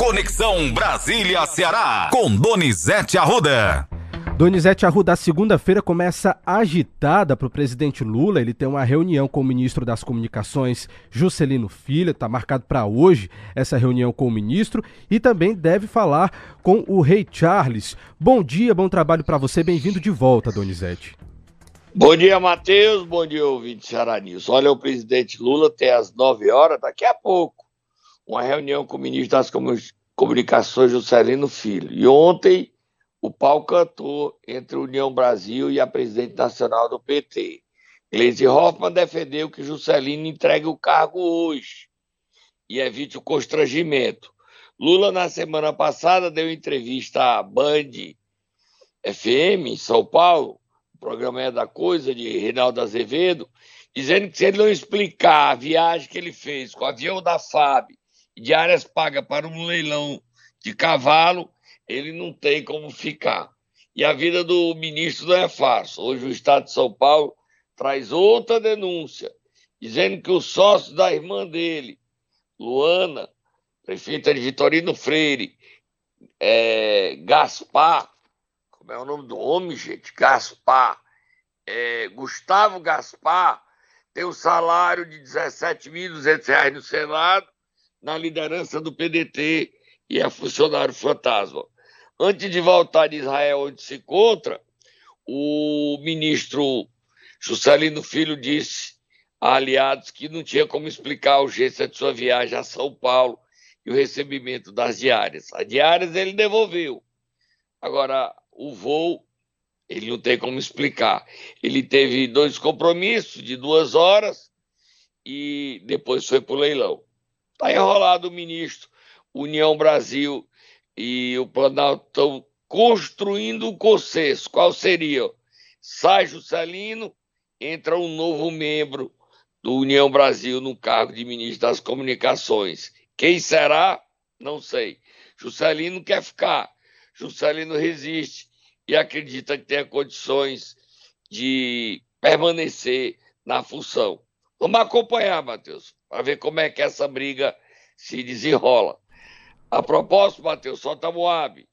Conexão Brasília-Ceará, com Donizete Arruda. Donizete Arruda, a segunda-feira começa agitada para o presidente Lula. Ele tem uma reunião com o ministro das Comunicações, Juscelino Filho. Está marcado para hoje essa reunião com o ministro e também deve falar com o rei Charles. Bom dia, bom trabalho para você. Bem-vindo de volta, Donizete. Bom dia, Matheus. Bom dia, ouvinte Ceará News. Olha, o presidente Lula tem às 9 horas, daqui a pouco, uma reunião com o ministro das Comunicações, Juscelino Filho. E ontem o pau cantou entre a União Brasil e a presidente nacional do PT. Gleisi Hoffmann defendeu que Juscelino entregue o cargo hoje e evite o constrangimento. Lula, na semana passada, deu entrevista à Band FM, em São Paulo, o programa É da Coisa, de Reinaldo Azevedo, dizendo que se ele não explicar a viagem que ele fez com o avião da FAB e diárias pagas para um leilão de cavalo, ele não tem como ficar. E a vida do ministro não é fácil. Hoje o Estado de São Paulo traz outra denúncia, dizendo que o sócio da irmã dele, Luana, prefeita de Vitorino Freire, Gaspar, como é o nome do homem, gente? Gaspar, Gustavo Gaspar, tem um salário de R$ 17.200 no Senado, na liderança do PDT, e é funcionário fantasma. Antes de voltar de Israel, onde se encontra, o ministro Juscelino Filho disse a aliados que não tinha como explicar a urgência de sua viagem a São Paulo e o recebimento das diárias. As diárias ele devolveu. Agora, o voo, ele não tem como explicar. Ele teve 2 compromissos de 2 horas e depois foi para o leilão. Está enrolado o ministro. União Brasil e o Planalto estão construindo um consenso. Qual seria? Sai Juscelino, entra um novo membro do União Brasil no cargo de ministro das Comunicações. Quem será? Não sei. Juscelino quer ficar. Juscelino resiste e acredita que tem condições de permanecer na função. Vamos acompanhar, Matheus, para ver como é que essa briga se desenrola. A propósito, Matheus, solta Moab.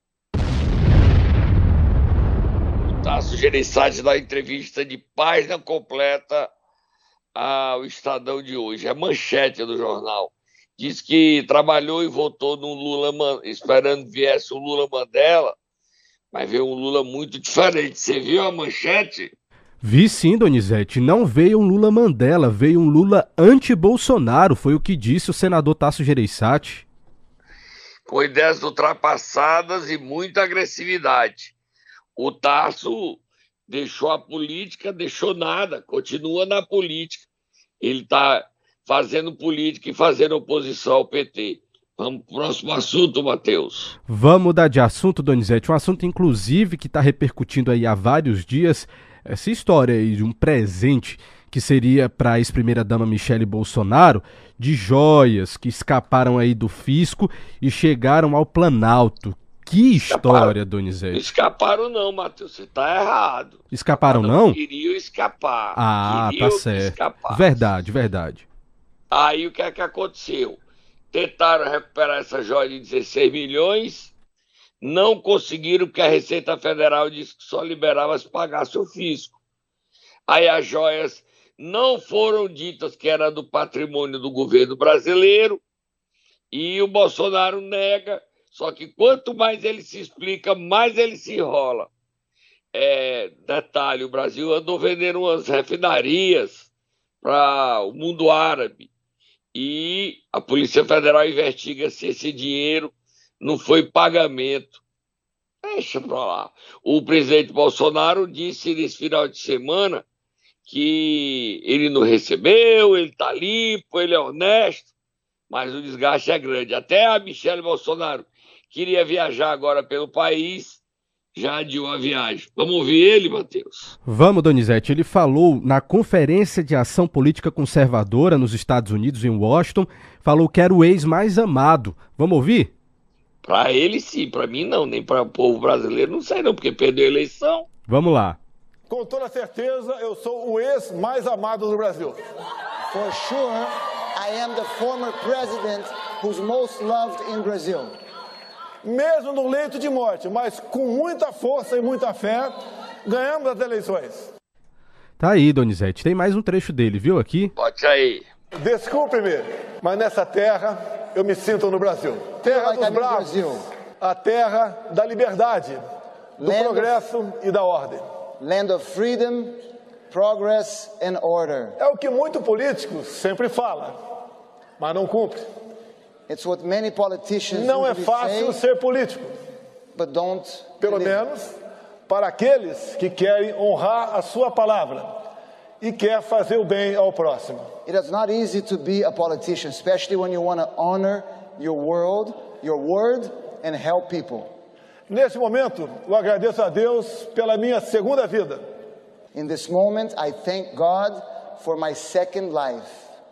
O Tasso Gereissati dá entrevista de página completa ao Estadão de hoje. É manchete do jornal. Diz que trabalhou e votou no Lula, esperando que viesse o Lula Mandela, mas veio um Lula muito diferente. Você viu a manchete? Vi sim, Donizete. Não veio um Lula Mandela, veio um Lula anti-Bolsonaro, foi o que disse o senador Tasso Gereissati. Com ideias ultrapassadas e muita agressividade. O Tasso deixou a política, deixou nada, continua na política. Ele está fazendo política e fazendo oposição ao PT. Vamos para o próximo assunto, Matheus. Vamos mudar de assunto, Donizete. Um assunto, inclusive, que está repercutindo aí há vários dias. Essa história aí de um presente que seria para a ex-primeira-dama Michele Bolsonaro, de joias que escaparam aí do fisco e chegaram ao Planalto. Que história, Donizete. Não escaparam não, Matheus, você está errado. Escaparam não? Queriam escapar. Ah, tá certo. Verdade. Aí o que é que aconteceu? Tentaram recuperar essa joia de 16 milhões, não conseguiram porque a Receita Federal disse que só liberava se pagasse o fisco. Aí as joias não foram ditas que era do patrimônio do governo brasileiro e o Bolsonaro nega, só que quanto mais ele se explica, mais ele se enrola. Detalhe, o Brasil andou vendendo umas refinarias para o mundo árabe e a Polícia Federal investiga se esse dinheiro não foi pagamento. Deixa pra lá. O presidente Bolsonaro disse nesse final de semana que ele não recebeu, ele tá limpo, ele é honesto, mas o desgaste é grande. Até a Michele Bolsonaro queria viajar agora pelo país, já adiou a viagem. Vamos ouvir ele, Matheus? Vamos, Donizete. Ele falou na Conferência de Ação Política Conservadora nos Estados Unidos, em Washington, falou que era o ex mais amado. Vamos ouvir? Para ele sim, para mim não, nem para o povo brasileiro, não sei não, porque perdeu a eleição. Vamos lá. Com toda certeza, eu sou o ex mais amado do Brasil. For sure, I am the former president who's most loved in Brazil. mesmo no leito de morte, mas com muita força e muita fé, ganhamos as eleições. Tá aí, Donizete. Tem mais um trecho dele, viu, aqui? Pode aí. Desculpe-me, mas nessa terra eu me sinto no Brasil. Terra dos bravos, a terra da liberdade, do progresso e da ordem. Land of freedom, progress and order. É o que muito político sempre fala, mas não cumpre. It's what many politicians não é fácil ser político, but don't pelo menos para aqueles que querem honrar a sua palavra e quer fazer o bem ao próximo. It is not easy to be a politician, especially when you want to honor your word and help people. Nesse momento, eu agradeço a Deus pela minha segunda vida. In this moment, I thank God for my second life.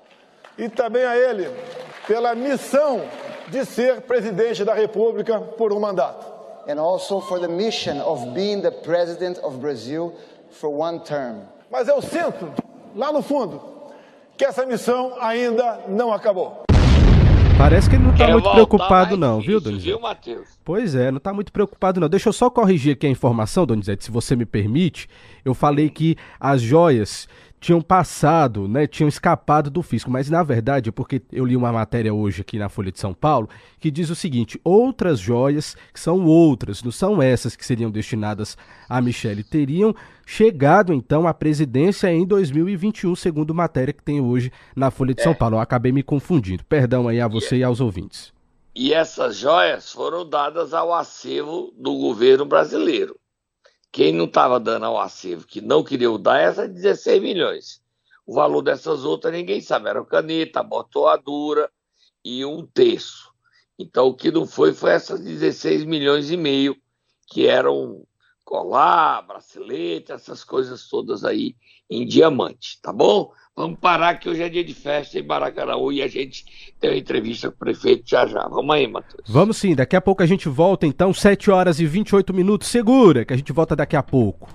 E também a Ele pela missão de ser presidente da República por um mandato. And also for the mission of being the president of Brazil for one term. Mas eu sinto, lá no fundo, que essa missão ainda não acabou. Parece que ele não está muito preocupado não, viu, Donizete? Viu, Matheus? Pois é, não está muito preocupado não. Deixa eu só corrigir aqui a informação, Donizete, se você me permite. Eu falei que as joias tinham passado, né, tinham escapado do fisco, mas na verdade é porque eu li uma matéria hoje aqui na Folha de São Paulo que diz o seguinte: outras joias, que são outras, não são essas que seriam destinadas a Michele, teriam chegado então à presidência em 2021, segundo matéria que tem hoje na Folha de São Paulo. Eu acabei me confundindo, perdão aí a você e aos ouvintes. E essas joias foram dadas ao acervo do governo brasileiro. Quem não estava dando ao acervo, que não queria dar, essas 16 milhões. O valor dessas outras ninguém sabe. Era caneta, abotoadura e um terço. Então o que não foi essas 16 milhões e meio, que eram colar, bracelete, essas coisas todas aí em diamante, tá bom? Vamos parar que hoje é dia de festa em Maracanaú e a gente tem uma entrevista com o prefeito já. Vamos aí, Matheus. Vamos sim, daqui a pouco a gente volta então, 7 horas e 28 minutos, segura que a gente volta daqui a pouco.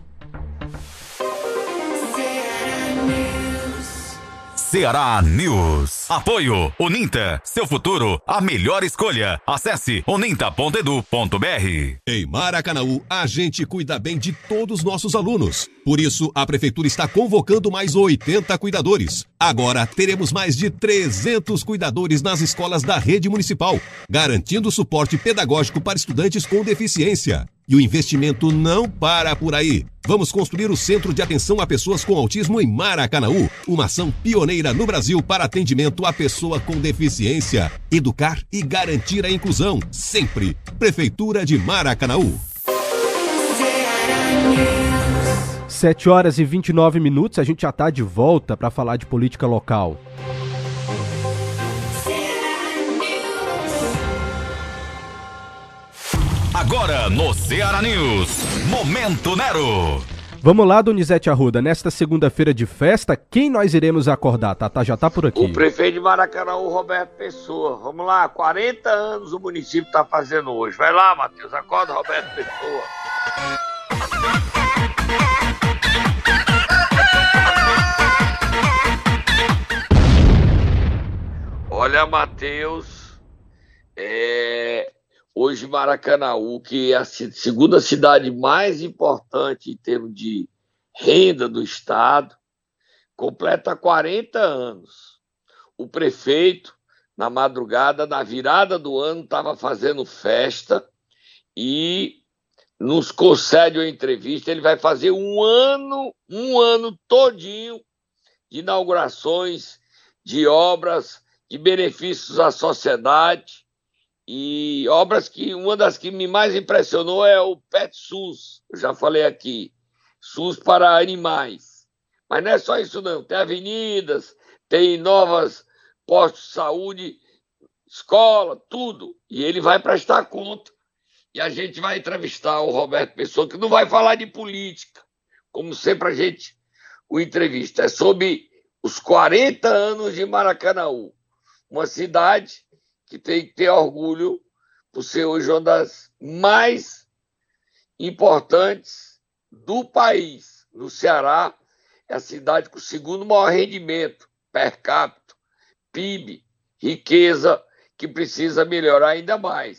Ceará News. Apoio Uninta. Seu futuro, a melhor escolha. Acesse uninta.edu.br. Em Maracanaú, a gente cuida bem de todos os nossos alunos. Por isso, a Prefeitura está convocando mais 80 cuidadores. Agora, teremos mais de 300 cuidadores nas escolas da rede municipal, garantindo suporte pedagógico para estudantes com deficiência. E o investimento não para por aí. Vamos construir o Centro de Atenção a Pessoas com Autismo em Maracanaú, uma ação pioneira no Brasil para atendimento à pessoa com deficiência. Educar e garantir a inclusão, sempre. Prefeitura de Maracanaú. 7 horas e 29 minutos, a gente já está de volta para falar de política local. Agora no Ceará News, Momento Nero. Vamos lá, Donizete Arruda, nesta segunda-feira de festa, quem nós iremos acordar? Tatá já tá por aqui. O prefeito de Maracanaú, Roberto Pessoa. Vamos lá, 40 anos o município está fazendo hoje. Vai lá, Matheus, acorda, Roberto Pessoa. Olha, Matheus, hoje Maracanaú, que é a segunda cidade mais importante em termos de renda do estado, completa 40 anos. O prefeito, na madrugada, na virada do ano, estava fazendo festa e nos concede uma entrevista. Ele vai fazer um ano todinho de inaugurações, de obras, de benefícios à sociedade. E obras que uma das que me mais impressionou é o Pet SUS. Eu já falei aqui, SUS para animais. Mas não é só isso não, tem avenidas, tem novas postos de saúde, escola, tudo. E ele vai prestar conta. E a gente vai entrevistar o Roberto Pessoa, que não vai falar de política, como sempre a gente o entrevista. É sobre os 40 anos de Maracanaú, uma cidade que tem que ter orgulho por ser hoje uma das mais importantes do país. No Ceará, é a cidade com o segundo maior rendimento per capita, PIB, riqueza, que precisa melhorar ainda mais.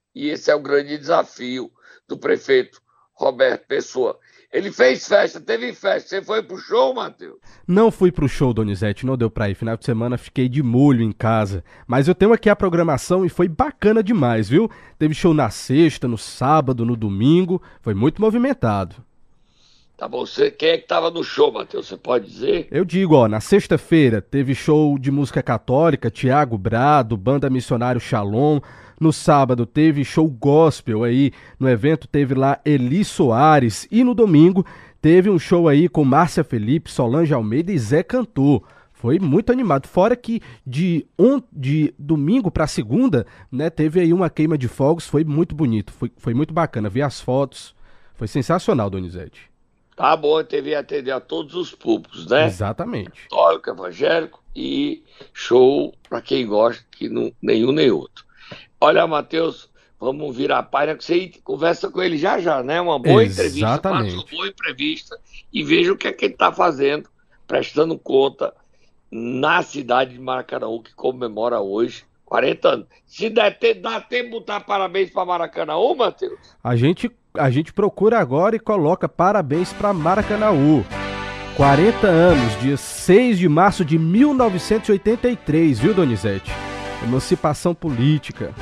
E esse é o grande desafio do prefeito Roberto Pessoa. Ele fez festa, teve festa. Você foi pro show, Matheus? Não fui pro show, Donizete, não deu pra ir. Final de semana fiquei de molho em casa. Mas eu tenho aqui a programação e foi bacana demais, viu? Teve show na sexta, no sábado, no domingo. Foi muito movimentado. Tá bom, quem é que tava no show, Matheus? Você pode dizer? Eu digo, ó, na sexta-feira teve show de música católica, Tiago Brado, Banda Missionário Shalom. No sábado teve show gospel aí, no evento teve lá Eli Soares. E no domingo teve um show aí com Márcia Felipe, Solange Almeida e Zé Cantor. Foi muito animado, fora que de domingo para segunda, né, teve aí uma queima de fogos, foi muito bonito, foi muito bacana, vi as fotos, foi sensacional, Donizete. Tá bom, teve atender a todos os públicos, né? Exatamente. Católico, evangélico e show para quem gosta, que não, nenhum nem outro. Olha, Matheus, vamos virar a página que você conversa com ele já, né? Uma boa entrevista, faça uma boa entrevista e veja o que é que ele está fazendo, prestando conta na cidade de Maracanaú, que comemora hoje 40 anos. Se dá tempo de botar parabéns para Maracanaú, Matheus? A gente procura agora e coloca parabéns para Maracanaú. 40 anos, dia 6 de março de 1983, viu, Donizete? Emancipação política.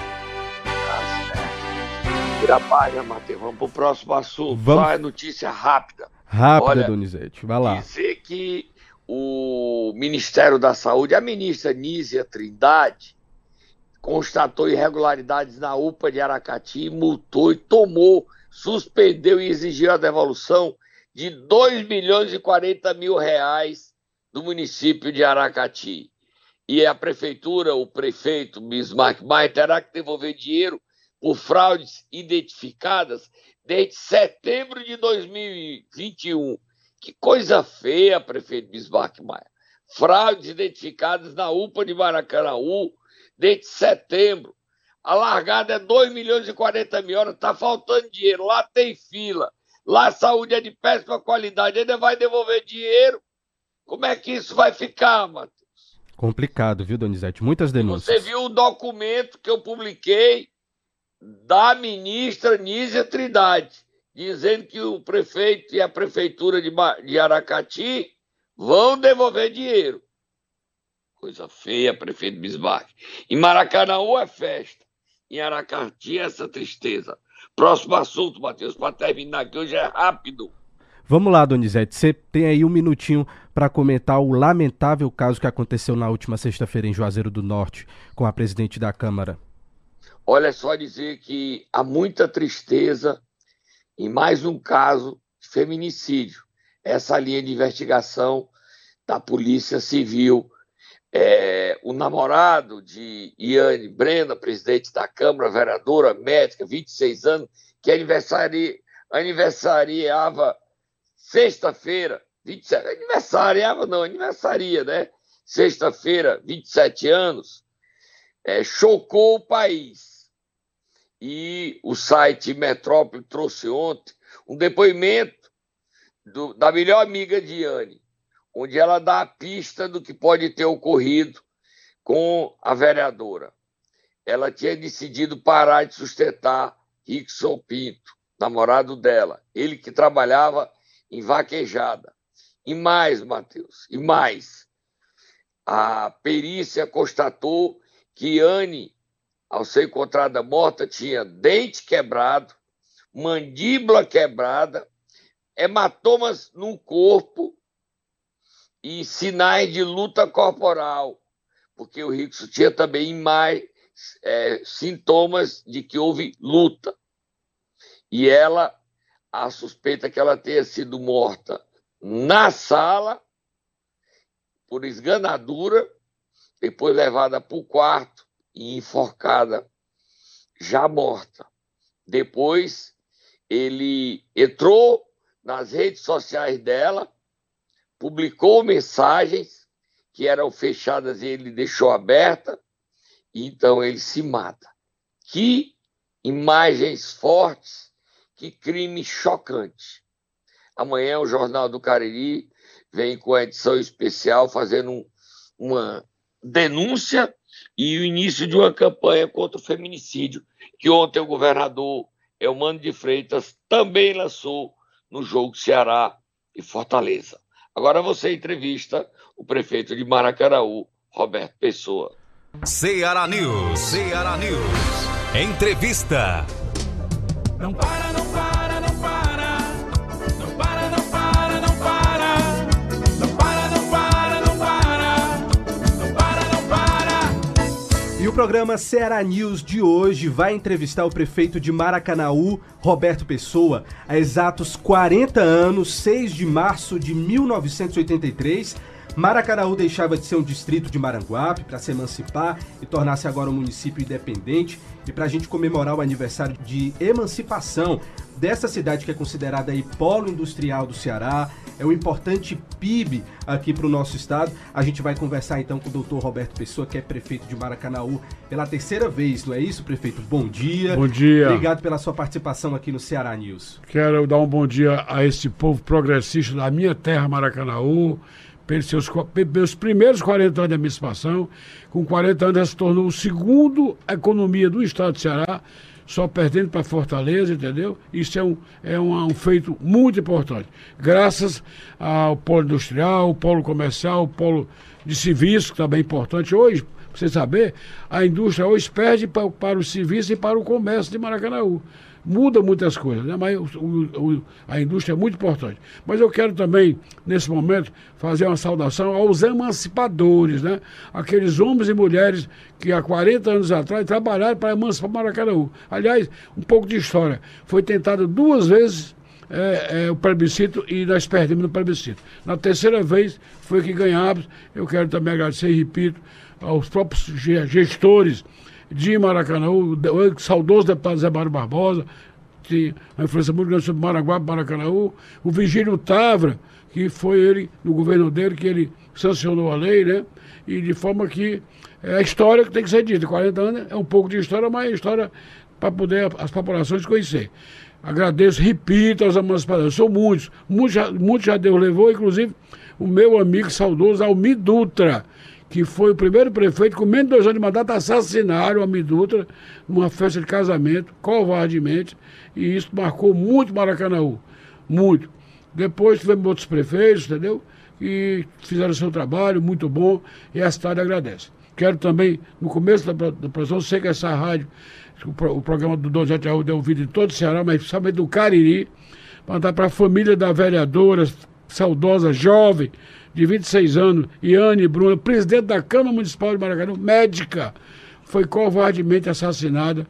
Vira a página, Matheus. Vamos pro próximo assunto. Só é notícia rápida. Rápida, Donizete. Vai lá. Dizer que o Ministério da Saúde, a ministra Nízia Trindade, constatou irregularidades na UPA de Aracati, multou e suspendeu e exigiu a devolução de 2.040.000 reais do município de Aracati. E a prefeitura, o prefeito Bismarck Maia, terá que devolver dinheiro por fraudes identificadas desde setembro de 2021. Que coisa feia, prefeito Bismarck Maia. Fraudes identificadas na UPA de Maracanaú desde setembro. A largada é 2.040.000, está faltando dinheiro, lá tem fila, lá a saúde é de péssima qualidade, ainda vai devolver dinheiro. Como é que isso vai ficar, Matheus? Complicado, viu, Donizete? Muitas denúncias. Você viu o documento que eu publiquei da ministra Nízia Trindade, dizendo que o prefeito e a prefeitura de Aracati vão devolver dinheiro. Coisa feia, prefeito Bismarck. Em Maracanaú é festa. Em Aracati é essa tristeza. Próximo assunto, Matheus, para terminar, que hoje é rápido. Vamos lá, Donizete, você tem aí um minutinho para comentar o lamentável caso que aconteceu na última sexta-feira em Juazeiro do Norte com a presidente da Câmara. Olha, só dizer que há muita tristeza em mais um caso de feminicídio. Essa linha de investigação da Polícia Civil. O namorado de Iane Brena, presidente da Câmara, vereadora, médica, 26 anos, que aniversariava sexta-feira, aniversaria, né? Sexta-feira, 27 anos, chocou o país. E o site Metrópole trouxe ontem um depoimento da melhor amiga de Iane, onde ela dá a pista do que pode ter ocorrido com a vereadora. Ela tinha decidido parar de sustentar Rickson Pinto, namorado dela, ele que trabalhava em vaquejada. E mais, Matheus, e mais. A perícia constatou que Anne, ao ser encontrada morta, tinha dente quebrado, mandíbula quebrada, hematomas no corpo e sinais de luta corporal, porque o Rickson tinha também mais sintomas de que houve luta. E ela, a suspeita que ela tenha sido morta na sala, por esganadura, depois levada para o quarto e enforcada, já morta. Depois, ele entrou nas redes sociais dela, publicou mensagens que eram fechadas e ele deixou aberta, e então ele se mata. Que imagens fortes, que crime chocante. Amanhã o Jornal do Cariri vem com a edição especial fazendo uma denúncia e o início de uma campanha contra o feminicídio, que ontem o governador Eumano de Freitas também lançou no jogo Ceará e Fortaleza. Agora você entrevista o prefeito de Maracanaú, Roberto Pessoa. Ceará News. Ceará News. Entrevista. Não para, não para, não para. Não para, não para, não para. Não para, não para, não para. Não para, não para. E o programa Ceará News de hoje vai entrevistar o prefeito de Maracanaú, Roberto Pessoa. Há exatos 40 anos, 6 de março de 1983, Maracanaú deixava de ser um distrito de Maranguape para se emancipar e tornar-se agora um município independente. E para a gente comemorar o aniversário de emancipação dessa cidade que é considerada aí polo industrial do Ceará, é um importante PIB aqui para o nosso estado, a gente vai conversar então com o doutor Roberto Pessoa, que é prefeito de Maracanaú pela terceira vez, não é isso, prefeito? Bom dia. Bom dia. Obrigado pela sua participação aqui no Ceará News. Quero dar um bom dia a esse povo progressista da minha terra, Maracanaú, pelos primeiros 40 anos de emancipação. Com 40 anos, ela se tornou o segundo economia do estado do Ceará, só perdendo para Fortaleza, entendeu? Isso é um feito muito importante. Graças ao polo industrial, ao polo comercial, ao polo de serviço, que também é importante. Hoje, para você saber, a indústria hoje perde para o serviço e para o comércio de Maracanaú. Muda muitas coisas, né? Mas a indústria é muito importante. Mas eu quero também, nesse momento, fazer uma saudação aos emancipadores, né? Aqueles homens e mulheres que há 40 anos atrás trabalharam para emancipar Maracanaú. Aliás, um pouco de história. Foi tentado 2 vezes o plebiscito e nós perdemos no plebiscito. Na terceira vez foi que ganhamos. Eu quero também agradecer, e repito, aos próprios gestores de Maracanaú, o saudoso deputado Zé Mário Barbosa, que uma influência muito grande sobre Maranguape, Maracanaú, o Vigílio Tavra, que foi ele, no governo dele, que ele sancionou a lei, né? E de forma que é a história que tem que ser dita. 40 anos é um pouco de história, mas é história para poder as populações conhecer. Agradeço, repito, aos emancipadores. São muitos já Deus levou, inclusive o meu amigo saudoso Almir Dutra, que foi o primeiro prefeito, com menos de 2 anos de mandato, assassinaram a Almir Dutra numa festa de casamento, covardemente, e isso marcou muito Maracanaú, muito. Depois tivemos outros prefeitos, entendeu? E fizeram o seu trabalho, muito bom, e a cidade agradece. Quero também, no começo da produção, sei que essa rádio, o programa do Dom José Tiago deu ouvido em todo o Ceará, mas principalmente do Cariri, mandar para a família da vereadora, saudosa, jovem, de 26 anos, Iane Bruna, presidente da Câmara Municipal de Maracanaú, médica, foi covardemente assassinada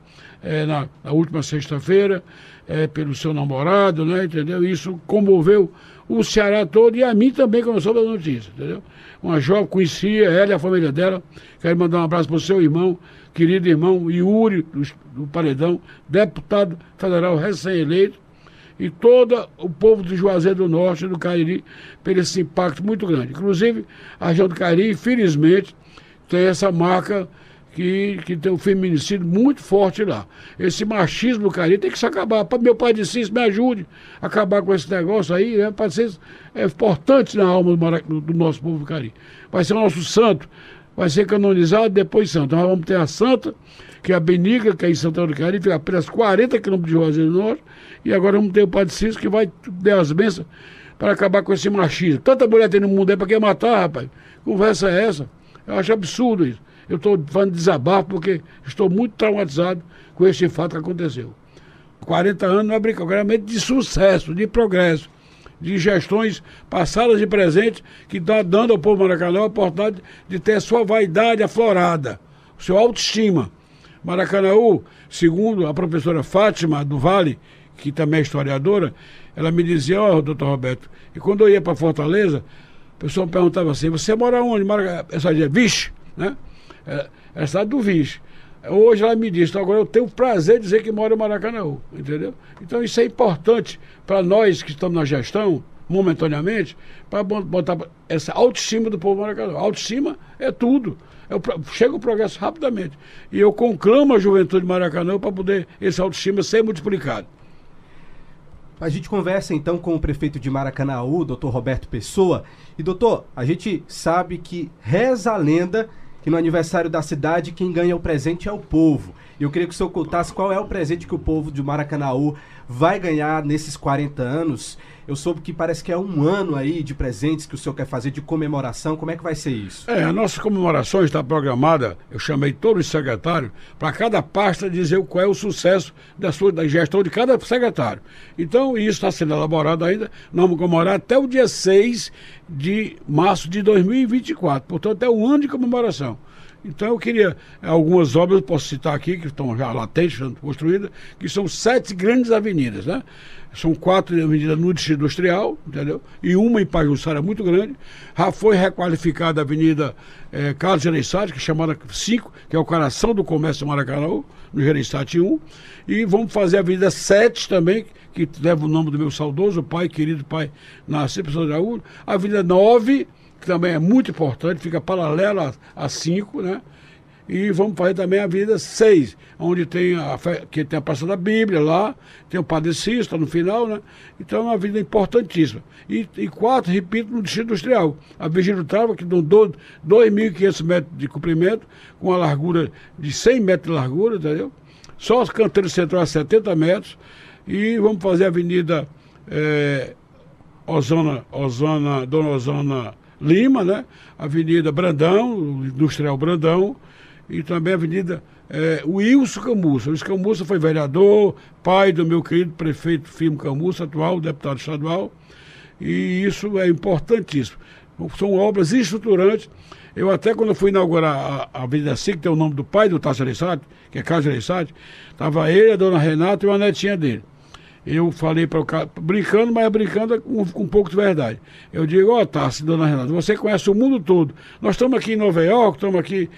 na última sexta-feira pelo seu namorado, né, entendeu? Isso comoveu o Ceará todo e a mim também, quando eu soube da notícia, entendeu? Uma jovem, conhecia ela e a família dela. Quero mandar um abraço para o seu irmão, querido irmão Yuri, do Paredão, deputado federal recém-eleito, e todo o povo do Juazeiro do Norte e do Cariri, por esse impacto muito grande. Inclusive, a região do Cariri, infelizmente, tem essa marca que tem um feminicídio muito forte lá. Esse machismo do Cariri tem que se acabar. Meu pai disse isso, me ajude a acabar com esse negócio aí, né? Para ser importante na alma do nosso povo do Cariri. Vai ser o nosso santo, vai ser canonizado, depois santo. Nós vamos ter a santa, que é a Benigna, que é em Santana do Cariri, fica apenas 40 quilômetros de Juazeiro do Norte, e agora vamos ter o Padre Cícero, que vai dar as bênçãos para acabar com esse machismo. Tanta mulher tem no mundo aí para quem matar, rapaz. Conversa é essa? Eu acho absurdo isso. Eu estou falando de desabafo porque estou muito traumatizado com esse fato que aconteceu. 40 anos não é brincadeira, é de sucesso, de progresso, de gestões passadas e presentes, que está dando ao povo Maracanaú a oportunidade de ter a sua vaidade aflorada, o seu autoestima. Maracanaú, segundo a professora Fátima do Vale, que também é historiadora, ela me dizia, doutor Roberto, e quando eu ia para Fortaleza, o pessoal me perguntava assim, você mora onde? Essa dizia, Vixe, né? Era a cidade do Vixe. Hoje ela me disse, então agora eu tenho o prazer de dizer que moro em Maracanaú, entendeu? Então isso é importante para nós que estamos na gestão, momentaneamente, para botar essa autoestima do povo Maracanaú. A autoestima é tudo. Chega o progresso rapidamente. E eu conclamo a juventude de Maracanaú para poder essa autoestima ser multiplicada. A gente conversa então com o prefeito de Maracanaú, doutor Roberto Pessoa. E doutor, a gente sabe que reza a lenda que no aniversário da cidade quem ganha o presente é o povo. E eu queria que o senhor contasse qual é o presente que o povo de Maracanaú vai ganhar nesses 40 anos. Eu soube que parece que é um ano aí de presentes que o senhor quer fazer de comemoração. Como é que vai ser isso? A nossa comemoração está programada, eu chamei todos os secretários, para cada pasta dizer qual é o sucesso da gestão de cada secretário. Então, isso está sendo elaborado ainda. Nós vamos comemorar até o dia 6 de março de 2024. Portanto, é um ano de comemoração. Então eu queria algumas obras, posso citar aqui, que estão já latentes, sendo construídas, que são 7 grandes avenidas, né? São 4 avenidas no Distrito Industrial, entendeu? E uma em Pajuçara muito grande. Já foi requalificada a Avenida Carlos Gereissati, que é chamada 5, que é o coração do comércio de Maracanaú, no Gereissati 1. E vamos fazer a Avenida 7 também, que leva o nome do meu saudoso pai, querido pai, Nascido de Araújo. A Avenida 9, que também é muito importante, fica paralela a 5, né? E vamos fazer também a Avenida 6, onde tem a Praça da Bíblia lá, tem o Padre Cícero, está no final, né? Então é uma avenida importantíssima. E 4, repito, no Distrito Industrial. A Virgílio Trava, que dão 2.500 metros de comprimento, com uma largura de 100 metros de largura, entendeu? Só os canteiros centrais a 70 metros. E vamos fazer a Avenida Dona Osana Lima, né? Avenida Brandão, Industrial Brandão, e também a Avenida Wilson Camussa. O Wilson Camussa foi vereador, pai do meu querido prefeito Firmo Camussa, atual deputado estadual, e isso é importantíssimo. São obras estruturantes. Eu até, quando eu fui inaugurar a Avenida 5, que tem o nome do pai do Tasso Gereissati, que é Carlos Gereissati, estava ele, a dona Renata e uma netinha dele. Eu falei para o cara, brincando, mas brincando com um pouco de verdade. Eu digo, Tassi, dona Renata, você conhece o mundo todo. Nós estamos aqui em Nova York, estamos aqui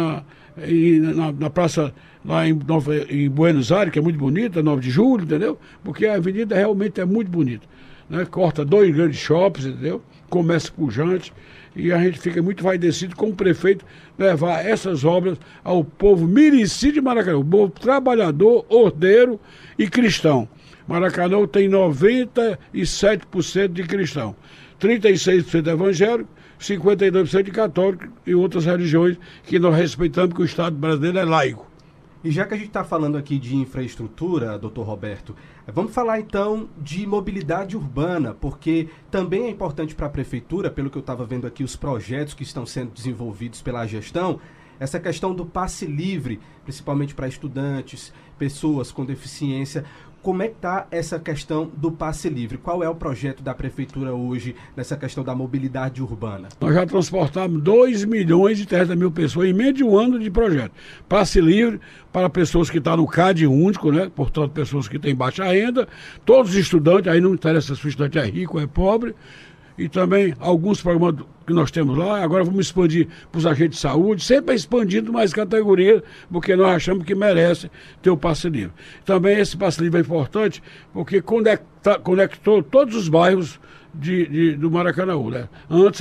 na praça lá em Buenos Aires, que é muito bonita, 9 de julho, entendeu? Porque a avenida realmente é muito bonita, né? Corta 2 grandes shoppings, entendeu? Comércio pujante, e a gente fica muito envaidecido com o prefeito levar essas obras ao povo Mirici de Maracanaú, o povo trabalhador, ordeiro e cristão. Maracanaú tem 97% de cristão, 36% evangélico, 52% de católico e outras religiões que nós respeitamos, que o Estado brasileiro é laico. E já que a gente está falando aqui de infraestrutura, doutor Roberto, vamos falar então de mobilidade urbana, porque também é importante para a prefeitura, pelo que eu estava vendo aqui, os projetos que estão sendo desenvolvidos pela gestão, essa questão do passe livre, principalmente para estudantes, pessoas com deficiência. Como é que está essa questão do passe livre? Qual é o projeto da prefeitura hoje nessa questão da mobilidade urbana? Nós já transportamos 2.300.000 pessoas em meio de um ano de projeto. Passe livre para pessoas que estão no CAD único, né? Portanto, pessoas que têm baixa renda, todos os estudantes, aí não interessa se o estudante é rico ou é pobre, e também alguns programas que nós temos lá. Agora vamos expandir para os agentes de saúde, sempre expandindo mais categorias, porque nós achamos que merece ter o passe livre. Também esse passe livre é importante porque conectou todos os bairros do Maracanaú, né? Antes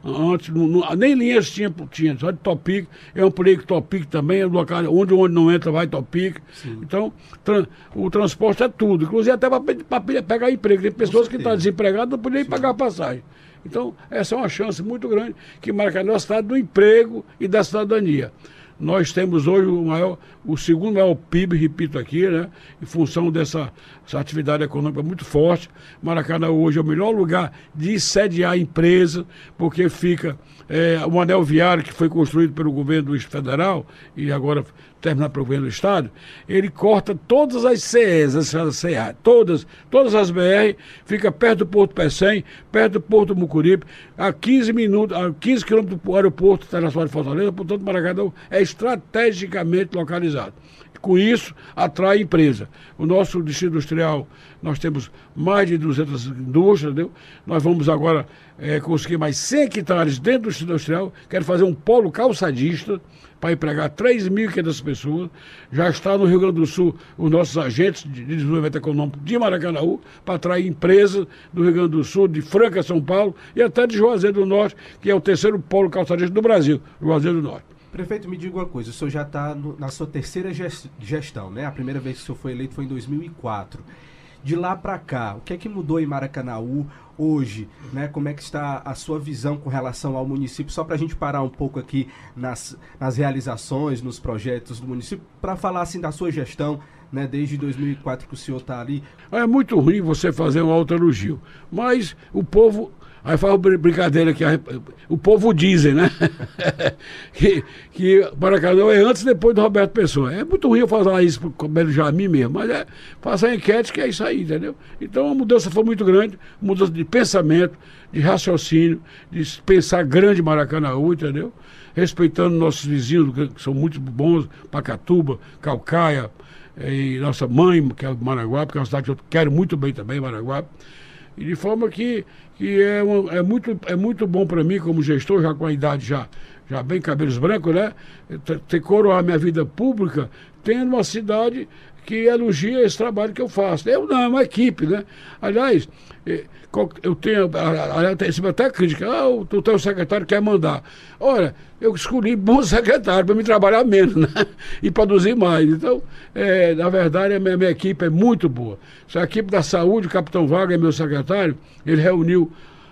nem linhas tinha, só de Topic. Eu ampliei que Topic também é um local onde não entra, vai Topic. Então, o transporte é tudo, inclusive até para pegar emprego. Tem pessoas que estão desempregadas, não podem nem pagar a passagem. Então, essa é uma chance muito grande, que Maracanaú é a cidade do emprego e da cidadania. Nós temos hoje o segundo maior PIB, repito aqui, né? Em função dessa atividade econômica muito forte. Maracanaú hoje é o melhor lugar de sediar empresa, porque fica o anel viário que foi construído pelo governo federal e agora terminado pelo governo do estado. Ele corta todas as CEs, as estradas CA, todas as BR, fica perto do Porto Pecém, perto do Porto Mucuripe, a 15 quilômetros do aeroporto internacional de Fortaleza. Portanto, Maracanaú é estrategicamente localizado. Com isso, atrai empresa. O nosso distrito industrial, nós temos mais de 200 indústrias, entendeu? Nós vamos agora conseguir mais 100 hectares dentro do distrito industrial. Quero fazer um polo calçadista para empregar 3.500 pessoas. Já está no Rio Grande do Sul os nossos agentes de desenvolvimento econômico de Maracanaú para atrair empresas do Rio Grande do Sul, de Franca, São Paulo e até de Juazeiro do Norte, que é o terceiro polo calçadista do Brasil, Juazeiro do Norte. Prefeito, me diga uma coisa, o senhor já está na sua terceira gestão, né? A primeira vez que o senhor foi eleito foi em 2004. de lá para cá, o que é que mudou em Maracanaú hoje, né? Como é que está a sua visão com relação ao município? Só para a gente parar um pouco aqui nas realizações, nos projetos do município, para falar assim da sua gestão, né? Desde 2004 que o senhor está ali. É muito ruim você fazer um autoelogio, mas o povo... Aí faz uma brincadeira que o povo dizem, né? que Maracanaú é antes e depois do Roberto Pessoa. É muito ruim eu falar isso com o Belo Jamim mesmo, mas faça a enquete que é isso aí, entendeu? Então a mudança foi muito grande, mudança de pensamento, de raciocínio, de pensar grande Maracanaú, entendeu? Respeitando nossos vizinhos, que são muito bons, Pacatuba, Caucaia, e nossa mãe, que é Maranguape, que é uma cidade que eu quero muito bem também, Maranguape. E de forma que é muito bom para mim, como gestor, já com a idade já bem cabelos brancos, né? Ter coroar minha vida pública, tendo uma cidade que elogia esse trabalho que eu faço. Eu não, é uma equipe, né? Aliás, eu tenho até crítica, o teu secretário quer mandar. Ora, eu escolhi bons secretários para me trabalhar menos, né? E produzir mais. Então, na verdade, a minha equipe é muito boa. A equipe da saúde, o Capitão Wagner, meu secretário, ele reuniu,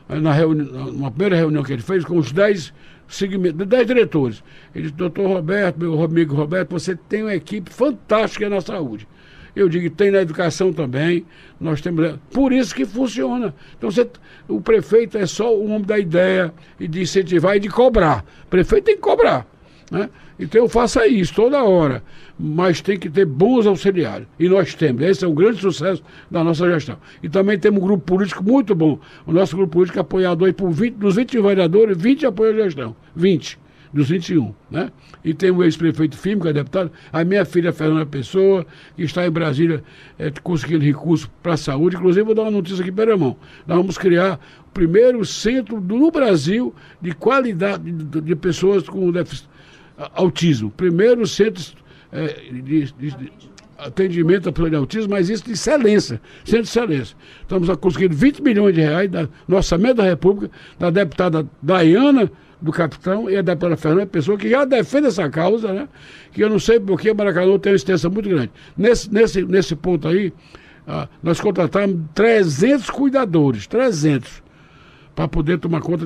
numa primeira reunião que ele fez, com os 10 diretores. Ele disse, doutor Roberto, meu amigo Roberto, você tem uma equipe fantástica na saúde. Eu digo que tem na educação também, nós temos... Por isso que funciona. Então o prefeito é só o homem da ideia e de incentivar e de cobrar. O prefeito tem que cobrar, né? Então eu faço isso toda hora, mas tem que ter bons auxiliares. E nós temos, esse é um grande sucesso da nossa gestão. E também temos um grupo político muito bom. O nosso grupo político é apoiado aí por dos 20 vereadores, 20 apoiam a gestão. 20 dos 21, né? E tem o ex-prefeito Firmo, que é deputado, a minha filha Fernanda Pessoa, que está em Brasília conseguindo recursos para a saúde. Inclusive, vou dar uma notícia aqui pela mão. Nós vamos criar o primeiro centro no Brasil de qualidade de pessoas com autismo. Primeiro centro de atendimento a pessoas de autismo, mas isso de excelência, centro de excelência. Estamos conseguindo 20 milhões de reais no orçamento da República, da deputada Daiana do Capitão e a deputada Fernanda Pessoa, que já defende essa causa, né? Que eu não sei porque Maracanaú tem uma extensão muito grande. Nesse ponto aí, nós contratamos 300 cuidadores, 300, para poder tomar conta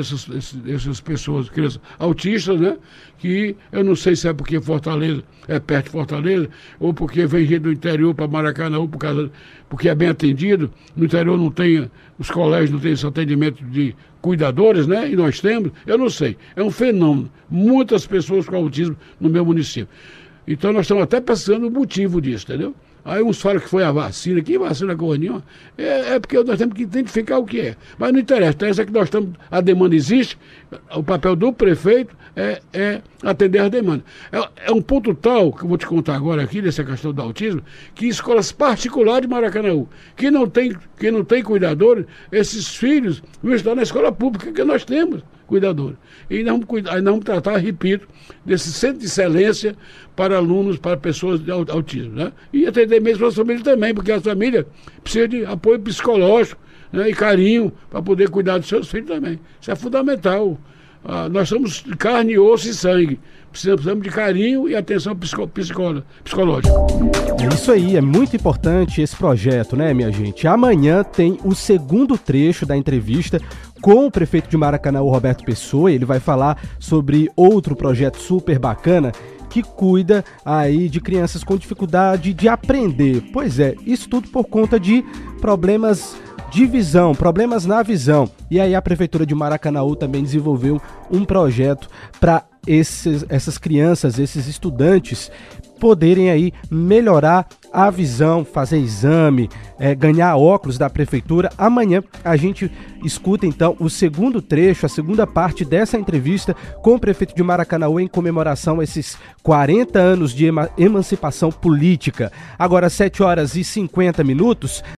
dessas pessoas, crianças autistas, né? Que eu não sei se é porque Fortaleza é perto de Fortaleza, ou porque vem gente do interior para Maracanaú, porque é bem atendido. No interior não tem, os colégios não têm esse atendimento de cuidadores, né? E nós temos, eu não sei. É um fenômeno. Muitas pessoas com autismo no meu município. Então nós estamos até pensando no motivo disso, entendeu? Aí uns falam que foi a vacina. Que vacina coisa nenhuma? É porque nós temos que identificar o que é. Mas não interessa, que nós estamos, a demanda existe, o papel do prefeito é atender as demandas. É um ponto tal, que eu vou te contar agora aqui, dessa questão do autismo, que escolas particulares de Maracanaú, que não tem cuidadores, esses filhos vão estudar na escola pública que nós temos cuidadores. E nós vamos tratar, repito, desse centro de excelência para alunos, para pessoas de autismo, né? E atender mesmo as famílias também, porque a família precisa de apoio psicológico, né? E carinho para poder cuidar dos seus filhos também. Isso é fundamental. Nós somos carne, osso e sangue. Precisamos de carinho e atenção psicológica. É isso aí, é muito importante esse projeto, né, minha gente? Amanhã tem o segundo trecho da entrevista com o prefeito de Maracanaú, Roberto Pessoa. Ele vai falar sobre outro projeto super bacana que cuida aí de crianças com dificuldade de aprender. Pois é, isso tudo por conta de problemas de visão, problemas na visão. E aí a Prefeitura de Maracanaú também desenvolveu um projeto para essas crianças, esses estudantes poderem aí melhorar a visão, fazer exame, ganhar óculos da Prefeitura. Amanhã a gente escuta então o segundo trecho, a segunda parte dessa entrevista com o prefeito de Maracanaú em comemoração a esses 40 anos de emancipação política. Agora 7h50.